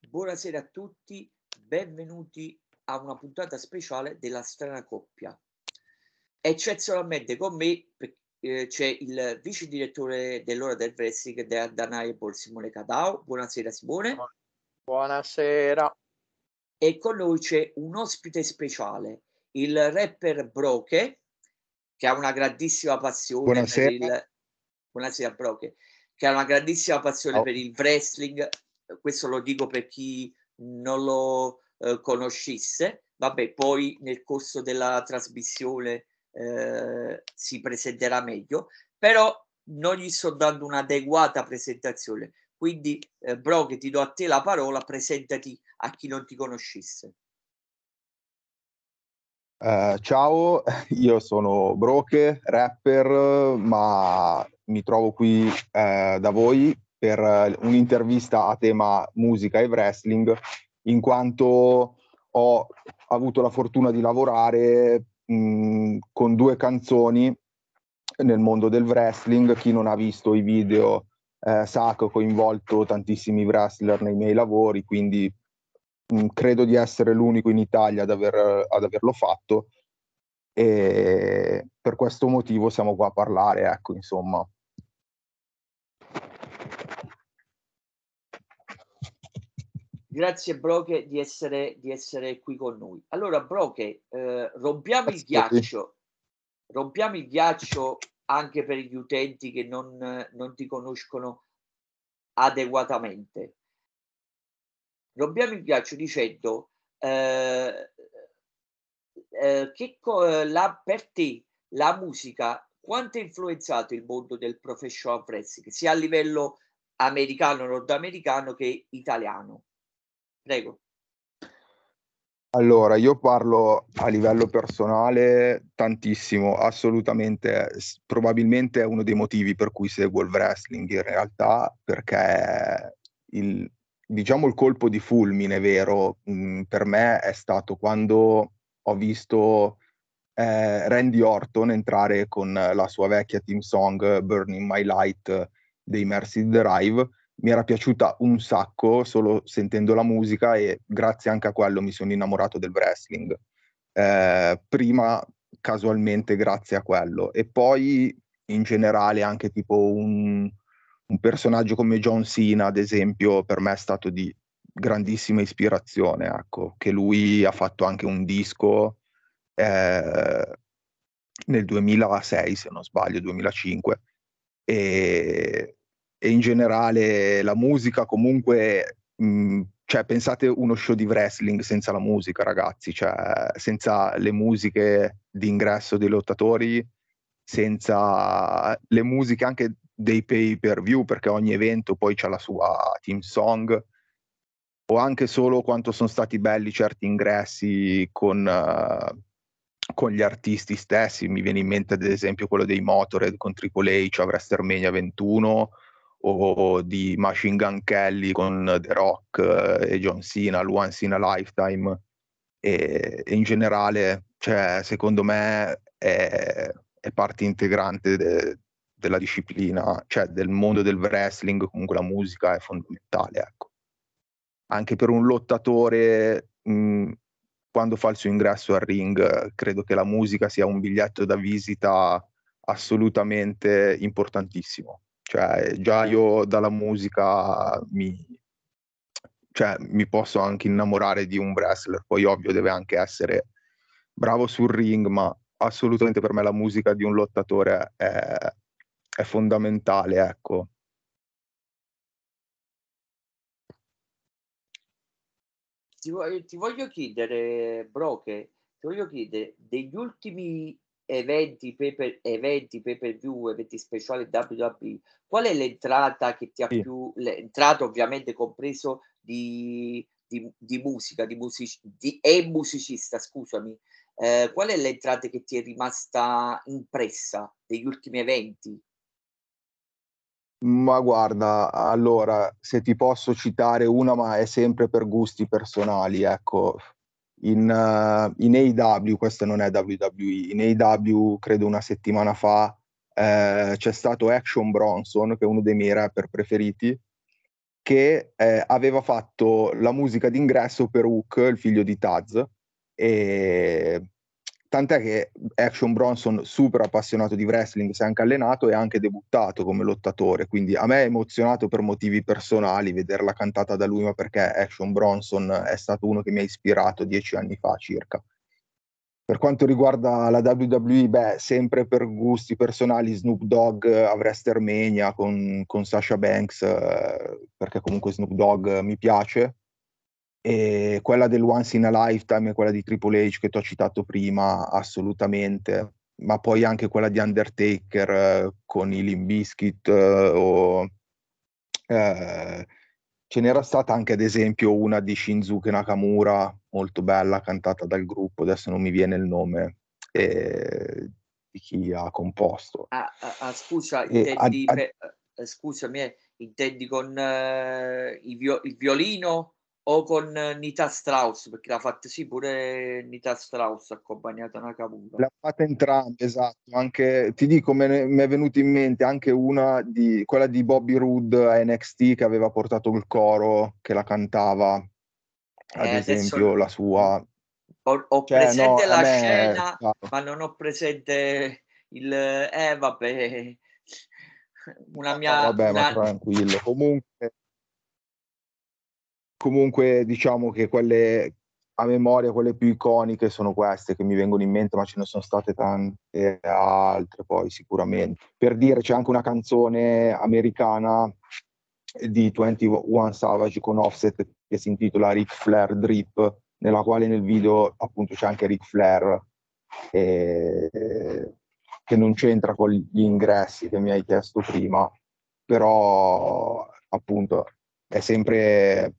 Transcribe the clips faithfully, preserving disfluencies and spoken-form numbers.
Buonasera a tutti, benvenuti a una puntata speciale della Strana Coppia. Eccezionalmente con me pe- eh, c'è il vice direttore dell'Ora del Wrestling della Danae Simone Cadao. Buonasera Simone. Buonasera. E con noi c'è un ospite speciale, il rapper Broke, che ha una grandissima passione Buonasera. per il... Buonasera Broke, che ha una grandissima passione Ciao. per il wrestling. Questo lo dico per chi non lo eh, conoscesse. Vabbè, poi nel corso della trasmissione eh, si presenterà meglio, però non gli sto dando un'adeguata presentazione. Quindi, eh, Broke, ti do a te la parola, presentati a chi non ti conoscesse. Uh, ciao, io sono Broke, rapper, ma mi trovo qui uh, da voi per uh, un'intervista a tema musica e wrestling, in quanto ho avuto la fortuna di lavorare mh, con due canzoni nel mondo del wrestling. Chi non ha visto i video eh, sa che ho coinvolto tantissimi wrestler nei miei lavori, quindi mh, credo di essere l'unico in Italia ad, aver, ad averlo fatto, e per questo motivo siamo qua a parlare, ecco, insomma. Grazie Broke di essere, di essere qui con noi. Allora Broke, eh, rompiamo il ghiaccio, rompiamo il ghiaccio anche per gli utenti che non, non ti conoscono adeguatamente. Rompiamo il ghiaccio dicendo eh, eh, che co- la, per te la musica quanto ha influenzato il mondo del professional wrestling, sia a livello americano, nordamericano che italiano? Prego. Allora, io parlo a livello personale tantissimo, assolutamente, s- probabilmente è uno dei motivi per cui seguo il wrestling in realtà, perché il, diciamo il colpo di fulmine vero mh, per me è stato quando ho visto eh, Randy Orton entrare con la sua vecchia team song Burning My Light dei Mercy Drive. Mi era piaciuta un sacco solo sentendo la musica, e grazie anche a quello mi sono innamorato del wrestling. Eh, prima casualmente grazie a quello, e poi in generale anche tipo un, un personaggio come John Cena, ad esempio, per me è stato di grandissima ispirazione, ecco, che lui ha fatto anche un disco eh, nel duemilasei, se non sbaglio, duemilacinque, e, e in generale la musica comunque, mh, cioè pensate uno show di wrestling senza la musica, ragazzi, cioè senza le musiche di ingresso dei lottatori, senza le musiche anche dei pay per view, perché ogni evento poi c'ha la sua team song, o anche solo quanto sono stati belli certi ingressi con, uh, con gli artisti stessi. Mi viene in mente ad esempio quello dei Motorhead con Triple H a WrestleMania ventuno, o di Machine Gun Kelly con The Rock eh, e John Cena, l'Once in a Lifetime, e, e in generale, cioè, secondo me è, è parte integrante de, della disciplina, cioè del mondo del wrestling. Comunque la musica è fondamentale, ecco. Anche per un lottatore, mh, quando fa il suo ingresso al ring, credo che la musica sia un biglietto da visita assolutamente importantissimo. Cioè, già io dalla musica mi, cioè, mi posso anche innamorare di un wrestler. Poi ovvio deve anche essere bravo sul ring, ma assolutamente per me la musica di un lottatore è, è fondamentale, ecco. Ti voglio, ti voglio chiedere, Broke, ti voglio chiedere degli ultimi eventi pay per, eventi pay per view, eventi speciali W W E, qual è l'entrata che ti ha Sì. più, l'entrata ovviamente compreso di, di, di musica, di music, di, e musicista, scusami, eh, qual è l'entrata che ti è rimasta impressa degli ultimi eventi? Ma guarda, allora, se ti posso citare una, ma è sempre per gusti personali, ecco, in, uh, in A E W, questa non è W W E, in A E W credo una settimana fa eh, c'è stato Action Bronson, che è uno dei miei rapper preferiti, che eh, aveva fatto la musica d'ingresso per Hook, il figlio di Taz, e tant'è che Action Bronson, super appassionato di wrestling, si è anche allenato e ha anche debuttato come lottatore, quindi a me è emozionato per motivi personali vederla cantata da lui, ma perché Action Bronson è stato uno che mi ha ispirato dieci anni fa circa. Per quanto riguarda la W W E, beh, sempre per gusti personali, Snoop Dogg a WrestleMania con, con Sasha Banks, eh, perché comunque Snoop Dogg mi piace, e quella del Once in a Lifetime e quella di Triple H che ti ho citato prima, assolutamente, ma poi anche quella di Undertaker eh, con i Limp Bizkit eh, o... Eh, ce n'era stata anche ad esempio una di Shinsuke Nakamura, molto bella, cantata dal gruppo, adesso non mi viene il nome eh, di chi ha composto. Ah, ah, ah, scusa, E intendi, a- a- per- eh, scusami, eh, intendi con eh, il, vio- il violino o con eh, Nita Strauss? Perché l'ha fatta sì pure Nita Strauss accompagnata a Nakamura. le ha fatte entrambe, esatto. Anche, ti dico, me ne- mi è venuta in mente anche una di quella di Bobby Roode a N X T che aveva portato il coro, che la cantava, ad Eh, adesso esempio, la sua. ho, ho Cioè, no, presente a la me. scena, ma non ho presente il... Eh, vabbè, una No, no, mia... vabbè, ma Una... tranquillo. Comunque, comunque diciamo che quelle a memoria, quelle più iconiche sono queste che mi vengono in mente, ma ce ne sono state tante altre poi sicuramente. Per dire, c'è anche una canzone americana di ventuno Savage con Offset che si intitola Ric Flair Drip, nella quale nel video appunto c'è anche Ric Flair, eh, che non c'entra con gli ingressi che mi hai chiesto prima, però appunto è sempre,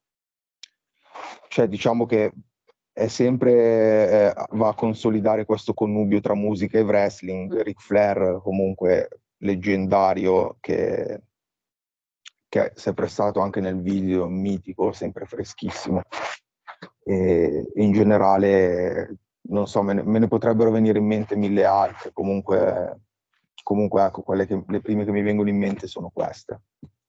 cioè diciamo che è sempre, eh, va a consolidare questo connubio tra musica e wrestling. Ric Flair comunque leggendario che, che si è prestato anche nel video, mitico, sempre freschissimo. E in generale, non so, me ne, me ne potrebbero venire in mente mille altre, comunque, comunque ecco, quelle che, le prime che mi vengono in mente sono queste.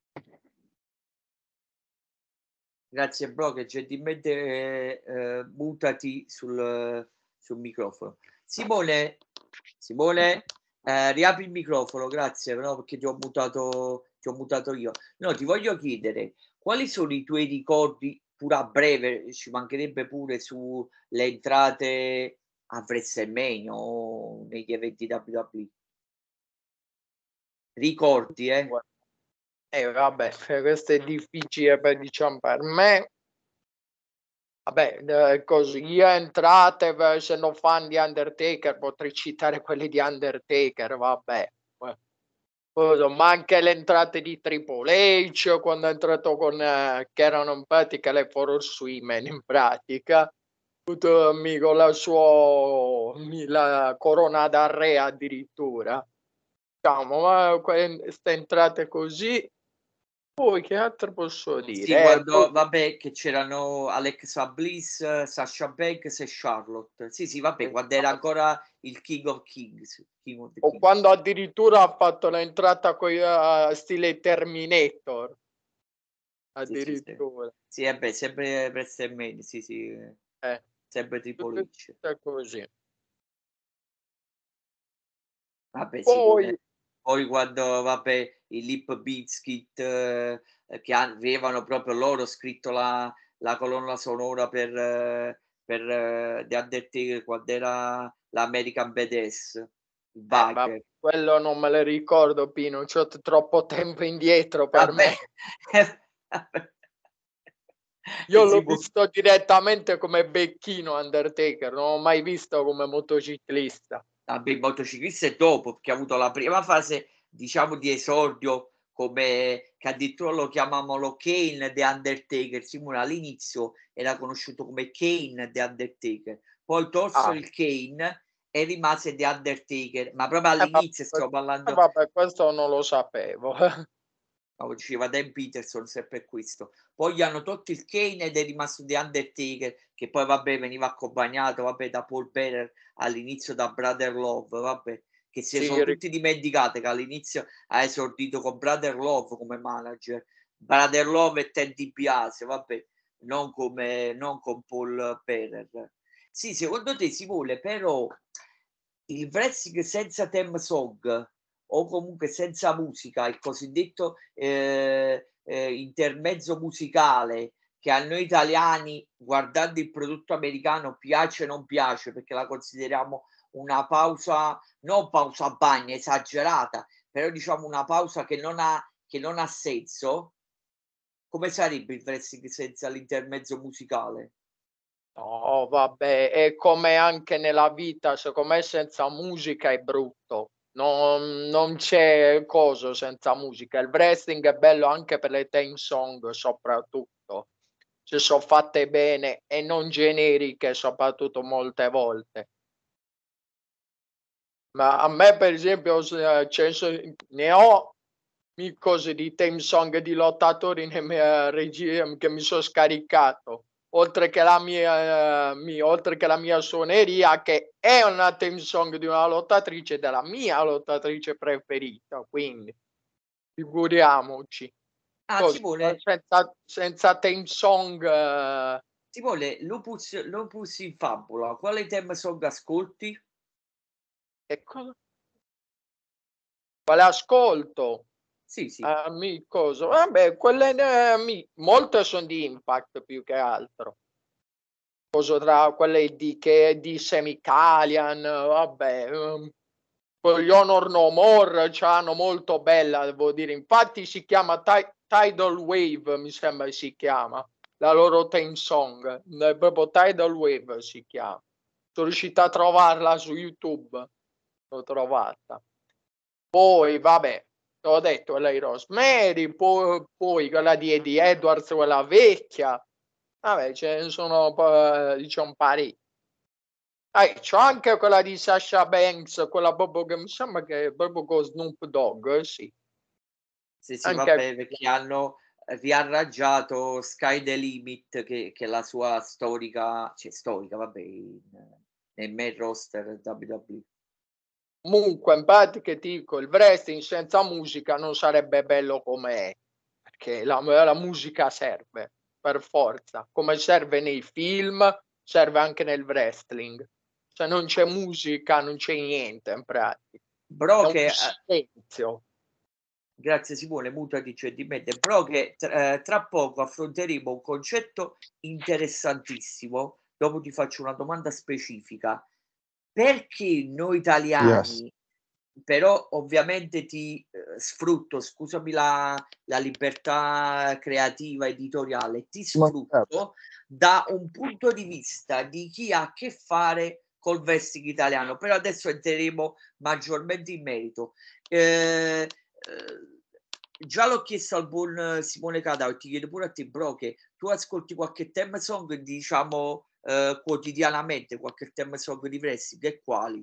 Grazie bro, che gentilmente eh, mutati sul, sul microfono. Simone, Simone, eh, riapri il microfono, grazie, no, perché ti ho mutato, ti ho mutato io. No, ti voglio chiedere, quali sono i tuoi ricordi, pure a breve, ci mancherebbe pure sulle entrate a WrestleMania o negli eventi W W E? Ricordi, eh? Eh, vabbè, questo è difficile per, diciamo, per me. Vabbè, eh, così, io entrate, eh, essendo fan di Undertaker, potrei citare quelle di Undertaker, vabbè. Eh, cosa, ma anche le entrate di Triple H, quando è entrato con, eh, che erano in pratica le Four Horsewomen, in pratica, tutto mi- con la sua la corona da re addirittura. Diciamo, ma queste entrate così, poi che altro posso Sì, dire? Eh, poi quando vabbè che c'erano Alexa Bliss, Sasha Banks e Charlotte. Sì, sì, vabbè, quando era ancora il King of Kings, King of the o Kings. quando addirittura ha fatto l'entrata coi uh, stile Terminator, Sì, sì, sì. addirittura. Sì, vabbè, sempre WrestleMania, sì, sì, Eh, sempre Triple H. tutte così. Vabbè, sì, Poi pure poi quando, vabbè, i Limp Bizkit eh, che avevano proprio loro scritto la, la colonna sonora per, eh, per eh, The Undertaker quando era l'American Badass, il eh, ma biker. quello non me lo ricordo, Pino, c'ho t- troppo tempo indietro per Vabbè. me. Io l'ho Si può- visto direttamente come becchino Undertaker, non ho mai visto come motociclista. Vabbè, il motociclista è dopo, perché ha avuto la prima fase, diciamo, di esordio, come che addirittura lo chiamavano Kane The Undertaker. Simone all'inizio era conosciuto come Kane The Undertaker, poi tolsero Ah, il Kane e rimase The Undertaker, ma proprio eh, all'inizio vabbè, stiamo eh, parlando. vabbè, questo non lo sapevo. No, diceva Dan Peterson sempre questo. Poi gli hanno tolto il Kane ed è rimasto The Undertaker, che poi vabbè veniva accompagnato vabbè da Paul Bearer all'inizio da Brother Love, vabbè, che si Sì, sono ri- tutti dimenticati che all'inizio ha esordito con Brother Love come manager, Brother Love e Ted DiBiase, vabbè, non come non con Paul Bearer. Sì, secondo te, Simone, però il wrestling senza theme song o comunque senza musica, il cosiddetto eh, eh, intermezzo musicale, che a noi italiani, guardando il prodotto americano, piace o non piace, perché la consideriamo una pausa, non pausa bagna esagerata, però diciamo una pausa che non ha, che non ha senso. Come sarebbe il wrestling senza l'intermezzo musicale? No, vabbè, è come anche nella vita, secondo me senza musica è brutto. Non, non c'è coso senza musica. Il wrestling è bello anche per le theme song, soprattutto se sono fatte bene e non generiche, soprattutto molte volte. Ma a me, per esempio, se- c'è- se- ne ho mi- cose di theme song di lottatori nella mia regia che mi sono scaricato. Oltre che la mia, eh, mi- oltre che la mia suoneria, che è una theme song di una lottatrice, della mia lottatrice preferita, quindi figuriamoci. Ah, Così, ma Simone, senza, senza theme song, eh, Simone, Lupus, Lupus in Fabula, quale theme song ascolti? che cosa? Quale ascolto? Sì, sì. Ah, mi coso? Vabbè, quelle ne- mi, molte sono di Impact più che altro. Coso tra quelle di che di Semicalian, vabbè, ehm, con gli Honor No More c'hanno molto bella, devo dire. Infatti si chiama Ti- Tidal Wave, mi sembra che si chiama, la loro theme song. È proprio Tidal Wave si chiama. Sono riuscito a trovarla su YouTube. L'ho trovata. Poi, vabbè, ho detto lei Rosemary, poi, poi quella di Eddie Edwards, quella vecchia. Vabbè, ce ne sono, pa- diciamo, parecchi. Eh, c'ho anche quella di Sasha Banks, quella proprio che mi sembra che è proprio con Snoop Dogg, eh, sì. Sì, sì, Anche vabbè, perché hanno riarrangiato Sky the Limit, che, che è la sua storica, cioè storica, vabbè, in- nel main roster W W E. comunque, in pratica ti dico, il wrestling senza musica non sarebbe bello come è, perché la, la musica serve, per forza, come serve nei film, serve anche nel wrestling. Se non c'è musica non c'è niente in pratica, è Bro un che, eh, silenzio. grazie Simone, mutati gentilmente, però che tra, eh, tra poco affronteremo un concetto interessantissimo, dopo ti faccio una domanda specifica. Perché noi Yes. italiani, però ovviamente ti eh, sfrutto, scusami la, la libertà creativa editoriale, ti Ma certo. sfrutto da un punto di vista di chi ha a che fare col wrestling italiano, però adesso entreremo maggiormente in merito. Eh, eh, già l'ho chiesto al buon Simone Cadao e ti chiedo pure a te, bro, che tu ascolti qualche theme song, diciamo, eh, quotidianamente, qualche theme song di wrestling, e quali?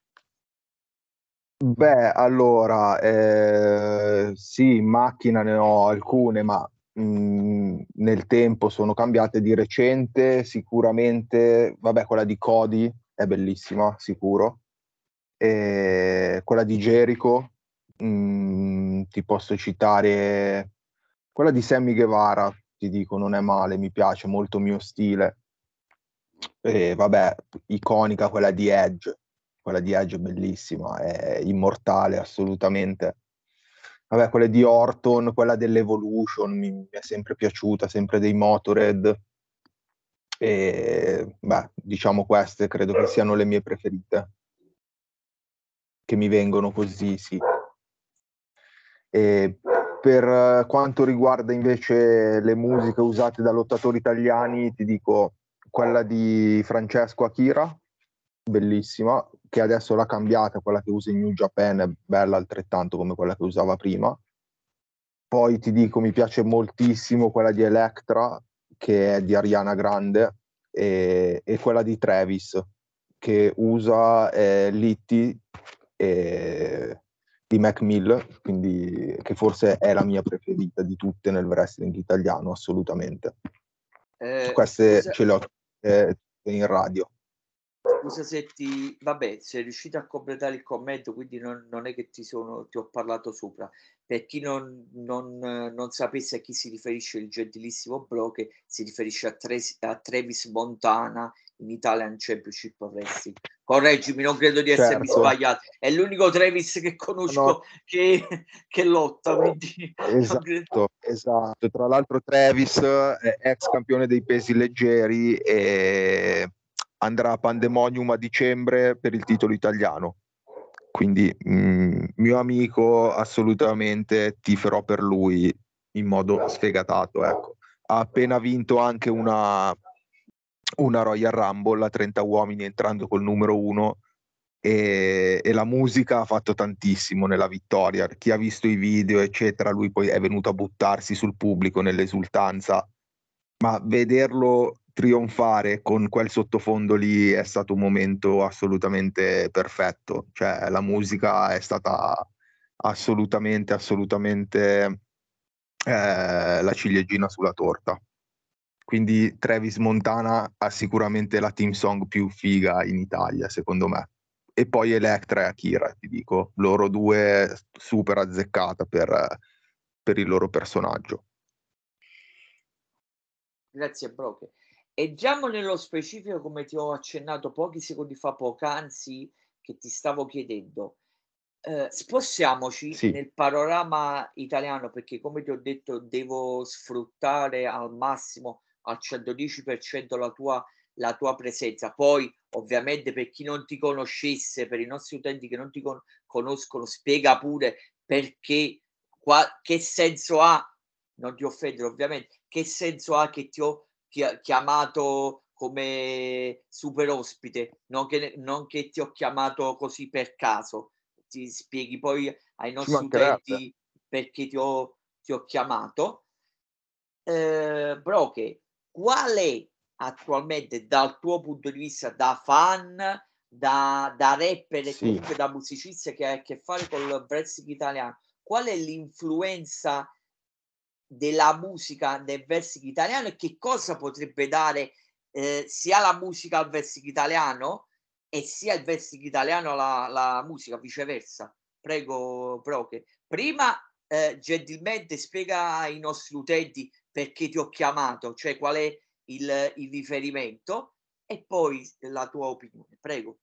Beh, allora, eh, sì, in macchina ne ho alcune, ma mh, nel tempo sono cambiate. Di recente, sicuramente, vabbè, quella di Cody è bellissima, sicuro. E quella di Jericho, mh, ti posso citare quella di Sammy Guevara, ti dico, non è male, mi piace, molto mio stile. E vabbè, iconica quella di Edge, quella di Edge è bellissima, è immortale assolutamente. Vabbè, quella di Orton, quella dell'Evolution mi, mi è sempre piaciuta, sempre dei Motorhead. E beh, diciamo queste credo che siano le mie preferite, che mi vengono così, sì. E per quanto riguarda invece le musiche usate da lottatori italiani, ti dico quella di Francesco Akira, bellissima, che adesso l'ha cambiata, quella che usa in New Japan è bella altrettanto come quella che usava prima. Poi ti dico, mi piace moltissimo quella di Electra, che è di Ariana Grande, e, e quella di Travis, che usa eh, Litty e di Mac Mill, quindi che forse è la mia preferita di tutte nel wrestling italiano, assolutamente. Eh, Queste scusa, ce le ho eh, in radio. Scusa se ti... Vabbè, sei riuscito a completare il commento, quindi non, non è che ti, sono, ti ho parlato sopra. Per chi non, non, eh, non sapesse a chi si riferisce il gentilissimo Broche, si riferisce a, Tres- a Travis Montana in Italian Championship Wrestling. Correggimi, non credo di essermi Certo. sbagliato. È l'unico Travis che conosco No. che, che lotta, quindi... non credo- Esatto, esatto. Tra l'altro Travis è ex campione dei pesi leggeri e andrà a Pandemonium a dicembre per il titolo italiano. Quindi mh, mio amico, assolutamente tiferò per lui in modo sfegatato, ecco. Ha appena vinto anche una, una Royal Rumble a trenta uomini entrando col numero uno e, e la musica ha fatto tantissimo nella vittoria. Chi ha visto i video eccetera, lui poi è venuto a buttarsi sul pubblico nell'esultanza, ma vederlo trionfare con quel sottofondo lì è stato un momento assolutamente perfetto. Cioè la musica è stata assolutamente assolutamente eh, la ciliegina sulla torta. Quindi Travis Montana ha sicuramente la team song più figa in Italia, secondo me. E poi Electra e Akira, ti dico, loro due super azzeccata per, per il loro personaggio. Grazie Broche. E già nello specifico, come ti ho accennato pochi secondi fa, poc'anzi, che ti stavo chiedendo, eh, spostiamoci Sì. nel panorama italiano, perché come ti ho detto devo sfruttare al massimo, al centodieci per cento la tua, la tua presenza. Poi ovviamente per chi non ti conoscesse, per i nostri utenti che non ti con- conoscono, spiega pure perché, qua, che senso ha, non ti offendere ovviamente, che senso ha che ti ho chi- chiamato come super ospite, non che, non che ti ho chiamato così per caso. Ti spieghi poi ai Ci nostri mancherebbe. utenti perché ti ho, ti ho chiamato. Eh, Broche, qual è attualmente dal tuo punto di vista da fan, da, da rapper e Sì. comunque da musicista che ha a che fare con il wrestling italiano, qual è l'influenza della musica nel wrestling italiano e che cosa potrebbe dare eh, sia la musica al wrestling italiano e sia il wrestling italiano alla, alla musica, viceversa? Prego, Broche. Prima eh, gentilmente spiega ai nostri utenti perché ti ho chiamato, cioè qual è il, il riferimento, e poi la tua opinione. Prego.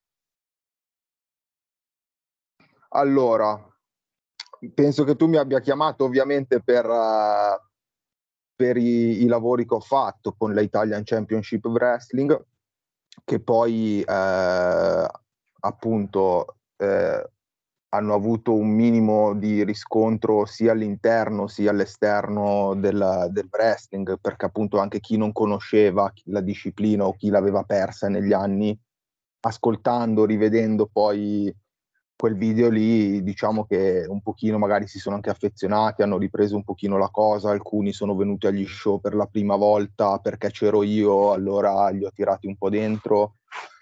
Allora, penso che tu mi abbia chiamato ovviamente per, uh, per i, i lavori che ho fatto con la Italian Championship Wrestling, che poi eh, appunto eh, hanno avuto un minimo di riscontro sia all'interno sia all'esterno del, del wrestling, perché appunto anche chi non conosceva la disciplina o chi l'aveva persa negli anni, ascoltando, rivedendo poi quel video lì, diciamo che un pochino magari si sono anche affezionati, hanno ripreso un pochino la cosa, alcuni sono venuti agli show per la prima volta perché c'ero io, allora li ho tirati un po' dentro,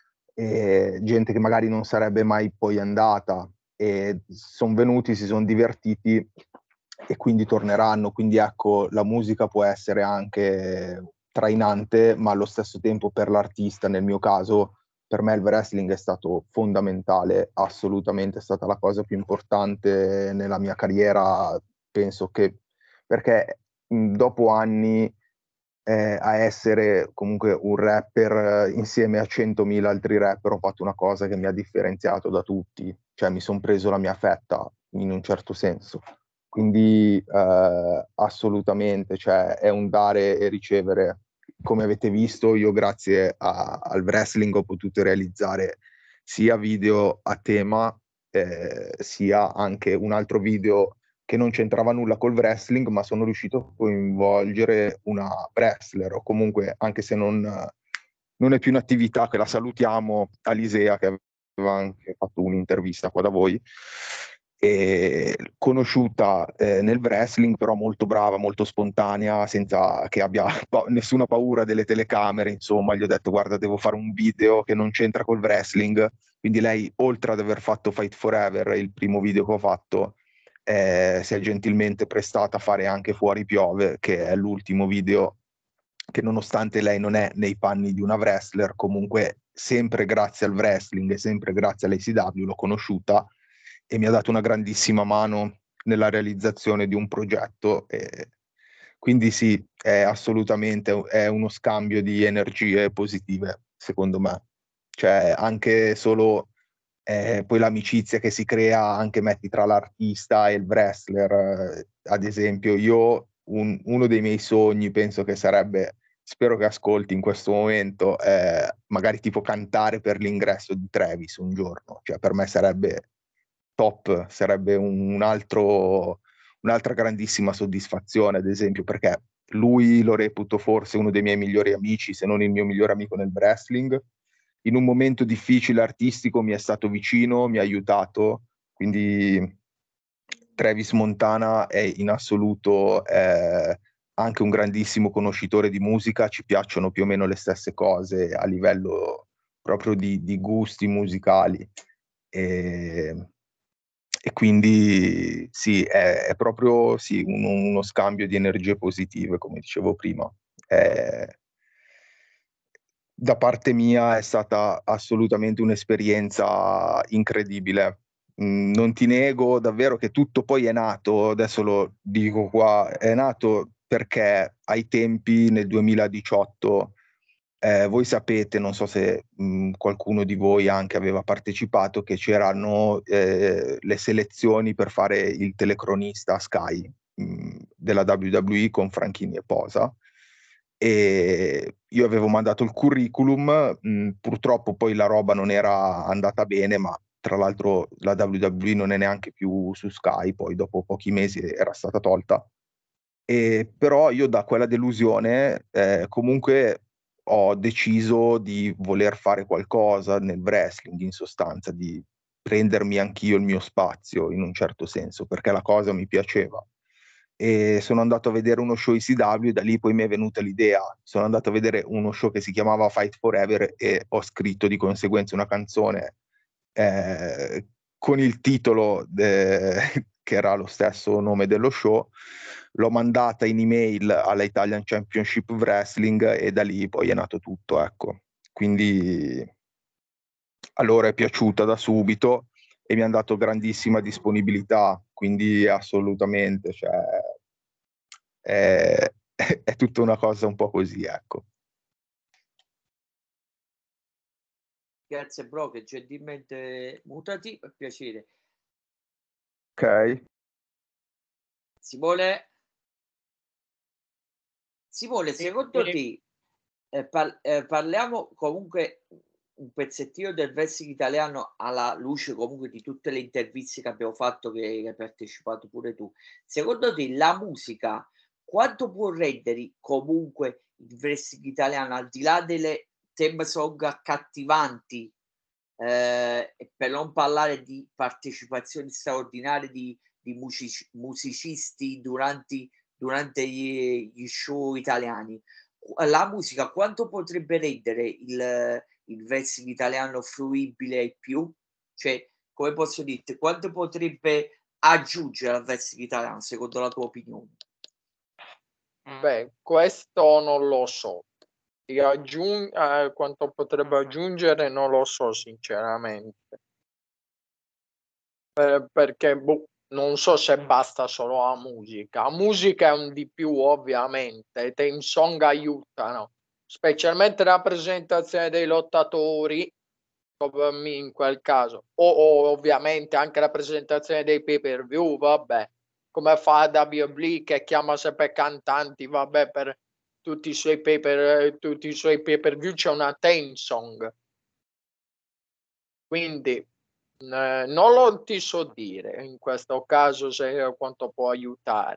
e gente che magari non sarebbe mai poi andata, e sono venuti, si sono divertiti e quindi torneranno. Quindi ecco, la musica può essere anche trainante, ma allo stesso tempo per l'artista, nel mio caso, per me il wrestling è stato fondamentale, assolutamente è stata la cosa più importante nella mia carriera, penso che, perché mh, dopo anni eh, a essere comunque un rapper eh, insieme a centomila altri rapper ho fatto una cosa che mi ha differenziato da tutti, cioè mi sono preso la mia fetta in un certo senso. Quindi eh, assolutamente, cioè è un dare e ricevere. Come avete visto, io grazie a, al wrestling ho potuto realizzare sia video a tema, eh, sia anche un altro video che non c'entrava nulla col wrestling, ma sono riuscito a coinvolgere una wrestler, o comunque, anche se non, non è più un'attività, che la salutiamo, Alisea, che aveva anche fatto un'intervista qua da voi, e conosciuta eh, nel wrestling, però molto brava, molto spontanea, senza che abbia pa- nessuna paura delle telecamere. Insomma, gli ho detto: guarda, devo fare un video che non c'entra col wrestling. Quindi lei, oltre ad aver fatto Fight Forever, il primo video che ho fatto, eh, si è gentilmente prestata a fare anche Fuori Piove, che è l'ultimo video che, nonostante lei non è nei panni di una wrestler, comunque sempre grazie al wrestling e sempre grazie all'A C W l'ho conosciuta e mi ha dato una grandissima mano nella realizzazione di un progetto. E quindi sì, è assolutamente è uno scambio di energie positive, secondo me. Cioè, anche solo eh, poi l'amicizia che si crea, anche metti tra l'artista e il wrestler. Eh, ad esempio, io un, uno dei miei sogni penso che sarebbe, spero che ascolti in questo momento, eh, magari tipo cantare per l'ingresso di Travis un giorno. Cioè, per me sarebbe top, sarebbe un, un altro, un'altra grandissima soddisfazione, ad esempio, perché lui lo reputo forse uno dei miei migliori amici, se non il mio migliore amico nel wrestling. In un momento difficile artistico mi è stato vicino, mi ha aiutato, quindi Travis Montana è in assoluto eh, anche un grandissimo conoscitore di musica, ci piacciono più o meno le stesse cose a livello proprio di, di gusti musicali. E, e quindi sì, è, è proprio sì, uno, uno scambio di energie positive, come dicevo prima. È, da parte mia è stata assolutamente un'esperienza incredibile. Mm, non ti nego davvero che tutto poi è nato, adesso lo dico qua, è nato perché ai tempi nel duemiladiciotto, eh, voi sapete, non so se mh, qualcuno di voi anche aveva partecipato, che c'erano eh, le selezioni per fare il telecronista a Sky mh, della W W E con Franchini e Posa. E io avevo mandato il curriculum, mh, purtroppo poi la roba non era andata bene, ma tra l'altro la W W E non è neanche più su Sky, poi dopo pochi mesi era stata tolta. E però io da quella delusione eh, comunque ho deciso di voler fare qualcosa nel wrestling, in sostanza, di prendermi anch'io il mio spazio in un certo senso, perché la cosa mi piaceva. E sono andato a vedere uno show I C W e da lì poi mi è venuta l'idea. Sono andato a vedere uno show che si chiamava Fight Forever e ho scritto di conseguenza una canzone eh, con il titolo de- che era lo stesso nome dello show. L'ho mandata in email alla Italian Championship Wrestling e da lì poi è nato tutto, ecco. Quindi a loro è piaciuta da subito e mi hanno dato grandissima disponibilità, quindi assolutamente, cioè, è, è tutta una cosa un po' così, ecco. Grazie bro, che gentilmente mutati, per piacere. Ok. Simone, Simone, secondo te eh, par- eh, parliamo comunque un pezzettino del wrestling italiano alla luce comunque di tutte le interviste che abbiamo fatto, che, che hai partecipato pure tu. Secondo te la musica quanto può rendere comunque il wrestling italiano, al di là delle theme song accattivanti, eh, e per non parlare di partecipazioni straordinarie di, di music- musicisti durante, durante gli, gli show italiani, la musica quanto potrebbe rendere il, il wrestling italiano fruibile ai più? Cioè, come posso dirti, quanto potrebbe aggiungere al wrestling italiano, secondo la tua opinione? Beh, questo non lo so. Di aggiung- eh, quanto potrebbe aggiungere non lo so sinceramente. Eh, perché boh, non so se basta solo la musica. La musica è un di più ovviamente, i theme song aiutano, specialmente la presentazione dei lottatori, come in quel caso, o, o ovviamente anche la presentazione dei pay per view, vabbè, come fa W W E che chiama sempre cantanti, vabbè, per tutti i suoi pay per, tutti i suoi pay per view c'è una theme song. Quindi eh, non lo ti so dire in questo caso se quanto può aiutare.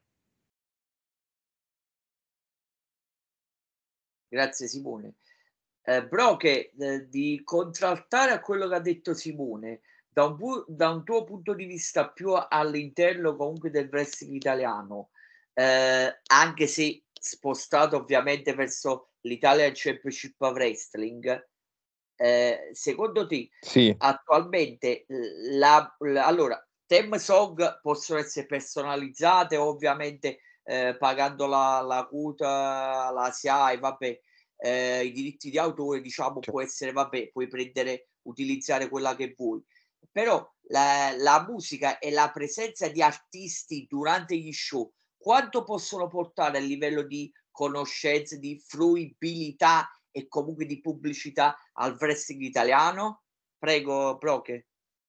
Grazie Simone. Eh, però che eh, di contraltare a quello che ha detto Simone, da un, pu- da un tuo punto di vista più all'interno comunque del wrestling italiano, eh, anche se spostato ovviamente verso l'Italia Championship of Wrestling, eh, secondo te Sì. attualmente la, la allora theme song possono essere personalizzate ovviamente, eh, pagando la, la quota, la S I A E, vabbè, eh, i diritti di autore, diciamo, Cioè. può essere, vabbè, puoi prendere, utilizzare quella che vuoi, però la, la musica e la presenza di artisti durante gli show, quanto possono portare a livello di conoscenze, di fruibilità e comunque di pubblicità al wrestling italiano? Prego, Broche.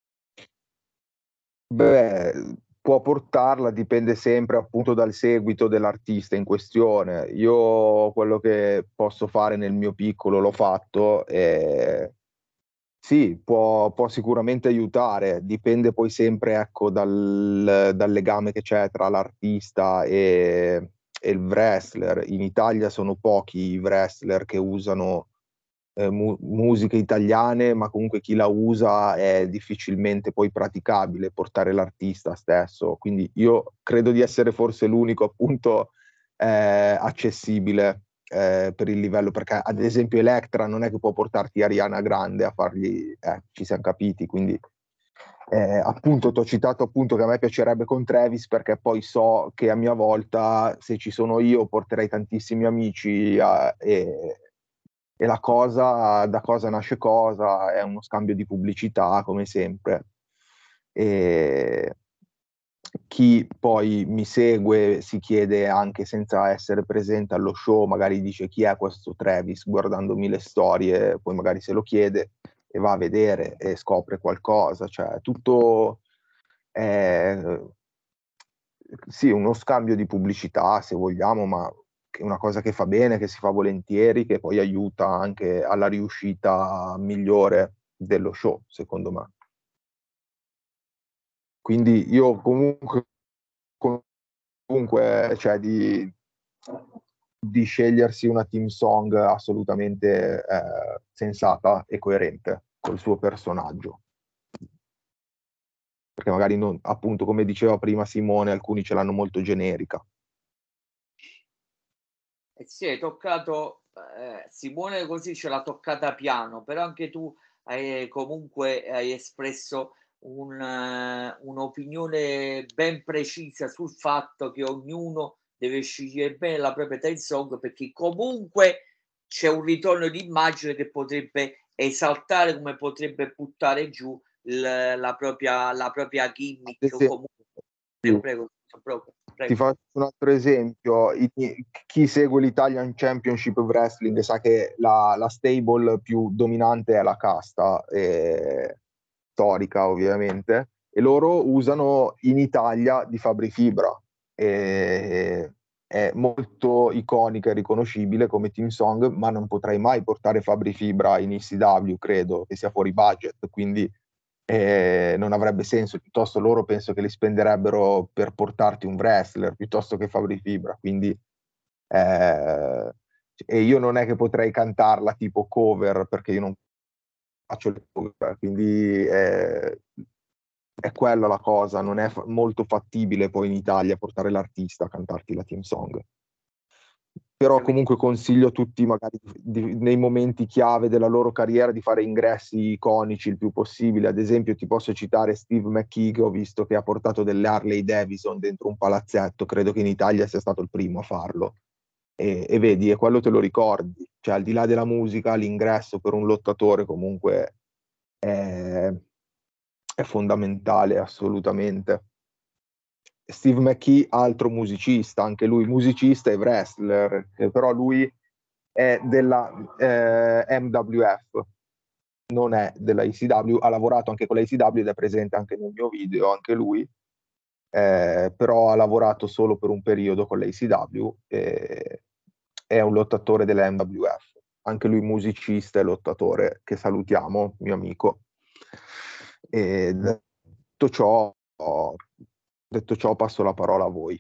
Beh, può portarla, dipende sempre appunto dal seguito dell'artista in questione. Io quello che posso fare nel mio piccolo l'ho fatto e sì, può, può sicuramente aiutare, dipende poi sempre, ecco, dal, dal legame che c'è tra l'artista e, e il wrestler. In Italia sono pochi i wrestler che usano eh, mu- musiche italiane, ma comunque chi la usa è difficilmente poi praticabile portare l'artista stesso. Quindi io credo di essere forse l'unico appunto eh, accessibile eh, per il livello, perché ad esempio Electra non è che può portarti Ariana Grande a fargli, eh, ci siamo capiti, quindi eh, appunto ti ho citato appunto che a me piacerebbe con Travis perché poi so che a mia volta se ci sono io porterei tantissimi amici a, e, e la cosa, da cosa nasce cosa, è uno scambio di pubblicità come sempre. E chi poi mi segue si chiede anche senza essere presente allo show, magari dice chi è questo Travis, guardandomi le storie, poi magari se lo chiede e va a vedere e scopre qualcosa, cioè tutto è sì, uno scambio di pubblicità se vogliamo, ma è una cosa che fa bene, che si fa volentieri, che poi aiuta anche alla riuscita migliore dello show, secondo me. Quindi io comunque, comunque cioè di, di scegliersi una team song assolutamente eh, sensata e coerente col suo personaggio. Perché magari non, appunto, come diceva prima Simone, alcuni ce l'hanno molto generica. Eh sì, hai toccato, eh, Simone così ce l'ha toccata piano, però anche tu hai, comunque hai espresso un, eh, un'opinione ben precisa sul fatto che ognuno deve scegliere bene la propria time song, perché comunque c'è un ritorno di immagine che potrebbe esaltare come potrebbe buttare giù il- la propria, la propria gimmick o comunque... Prego, prego, prego, prego. Ti faccio un altro esempio, I, chi segue l'Italian Championship Wrestling sa che la, la stable più dominante è la casta, eh, storica ovviamente, e loro usano in Italia di Fabri Fibra, e, è molto iconica e riconoscibile come team song, ma non potrai mai portare Fabri Fibra in E C W, credo che sia fuori budget, quindi eh, non avrebbe senso, piuttosto loro penso che li spenderebbero per portarti un wrestler piuttosto che Fabri Fibra, quindi eh, e io non è che potrei cantarla tipo cover perché io non faccio le cover, quindi eh, è quella la cosa, non è fa- molto fattibile poi in Italia portare l'artista a cantarti la team song. Però comunque consiglio a tutti magari di, nei momenti chiave della loro carriera di fare ingressi iconici il più possibile. Ad esempio ti posso citare Steve McKee, che ho visto che ha portato delle Harley Davidson dentro un palazzetto, credo che in Italia sia stato il primo a farlo. E, e vedi, e quello te lo ricordi, cioè al di là della musica, l'ingresso per un lottatore comunque è, è fondamentale assolutamente. Steve McKee, altro musicista, anche lui musicista e wrestler, eh, però lui è della eh, M W F, non è della E C W, ha lavorato anche con la E C W ed è presente anche nel mio video, anche lui, eh, però ha lavorato solo per un periodo con la E C W e è un lottatore della M W F, anche lui musicista e lottatore, che salutiamo, mio amico. E detto ciò, detto ciò passo la parola a voi.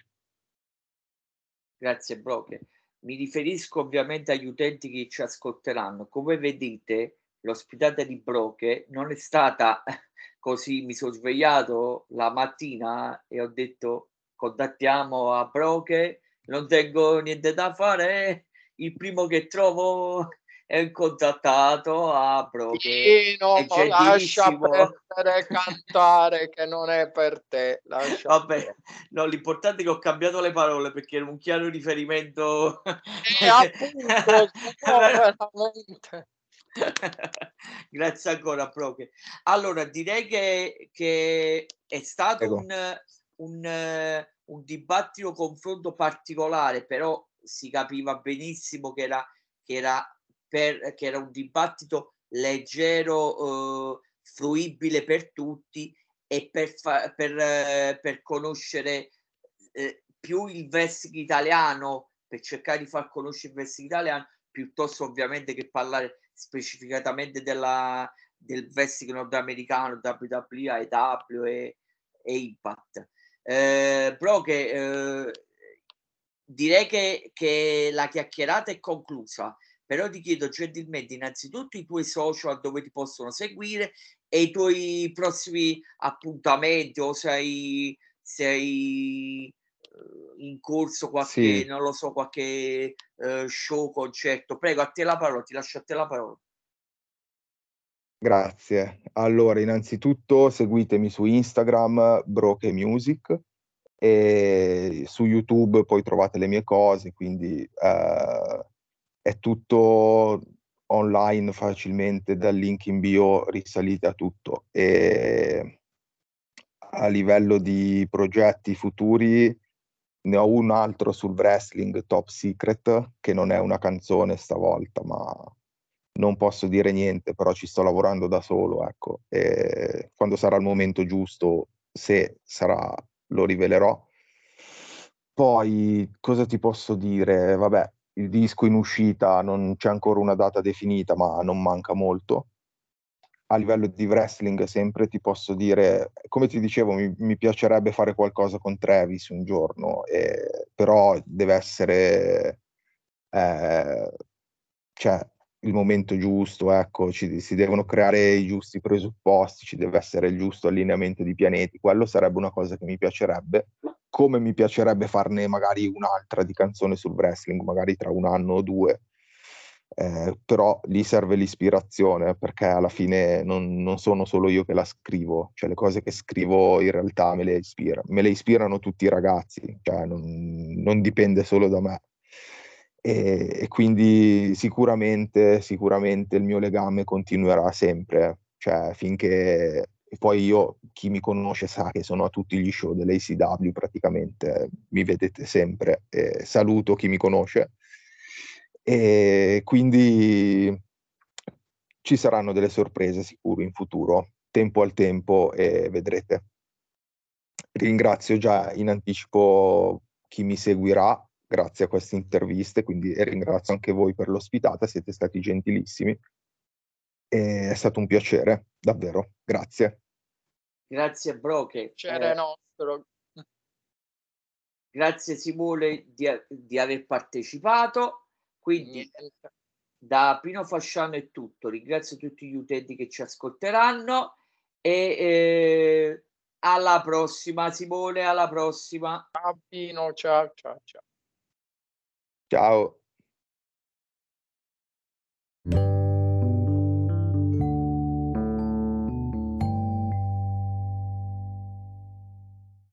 Grazie Broche. Mi riferisco ovviamente agli utenti che ci ascolteranno. Come vedete, l'ospitata di Broche non è stata così, mi sono svegliato la mattina e ho detto contattiamo a Broche, non tengo niente da fare, il primo che trovo è un contattato a Broche, Sì, no, è lascia gentilissimo. perdere cantare che non è per te, lascia Vabbè, perdere. no, l'importante è che ho cambiato le parole perché era un chiaro riferimento. E appunto, se no veramente. Grazie ancora, Broche. Allora, direi che, che è stato Prego. un, un, eh, un dibattito confronto particolare, però si capiva benissimo che era, che era, per, che era un dibattito leggero, eh, fruibile per tutti e per, fa- per, eh, per conoscere eh, più il wrestling italiano, per cercare di far conoscere il wrestling italiano, piuttosto ovviamente che parlare specificatamente della, del wrestling nordamericano, W W E, A E W e, e Impact. Eh, però che eh, direi che, che la chiacchierata è conclusa, però ti chiedo gentilmente innanzitutto i tuoi social dove ti possono seguire e i tuoi prossimi appuntamenti, o sei, sei eh, in corso qualche, Sì, non lo so, qualche eh, show, concerto. Prego, a te la parola, ti lascio a te la parola. grazie. Allora, innanzitutto seguitemi su Instagram, Broke Music, e su YouTube poi trovate le mie cose, quindi eh, è tutto online facilmente, dal link in bio risalite a tutto. E a livello di progetti futuri ne ho un altro sul wrestling, Top Secret, che non è una canzone stavolta, ma non posso dire niente, però ci sto lavorando da solo, ecco. E quando sarà il momento giusto, se sarà, lo rivelerò. Poi, cosa ti posso dire? Vabbè, il disco in uscita non c'è ancora una data definita, ma non manca molto. A livello di wrestling sempre ti posso dire, come ti dicevo, mi, mi piacerebbe fare qualcosa con Travis un giorno, eh, però deve essere eh, cioè, il momento giusto, ecco, ci, si devono creare i giusti presupposti, ci deve essere il giusto allineamento di pianeti, quello sarebbe una cosa che mi piacerebbe, come mi piacerebbe farne magari un'altra di canzone sul wrestling, magari tra un anno o due. Eh, però lì serve l'ispirazione perché alla fine non, non sono solo io che la scrivo, cioè le cose che scrivo in realtà me le ispira, me le ispirano tutti i ragazzi, cioè non, non dipende solo da me. E, e quindi sicuramente, sicuramente il mio legame continuerà sempre, cioè finché e poi io, chi mi conosce sa che sono a tutti gli show dell'A C W praticamente, mi vedete sempre, e saluto chi mi conosce. E quindi ci saranno delle sorprese sicuro in futuro, tempo al tempo e vedrete. Ringrazio già in anticipo chi mi seguirà grazie a queste interviste, quindi e ringrazio anche voi per l'ospitata, siete stati gentilissimi e è stato un piacere, davvero, grazie. Grazie Broche. Piacere Eh, nostro. grazie Simone di, di aver partecipato. Quindi Niente. da Pino Fasciano è tutto. Ringrazio tutti gli utenti che ci ascolteranno e eh, alla prossima Simone, alla prossima. Ciao Pino, ciao ciao ciao. Ciao.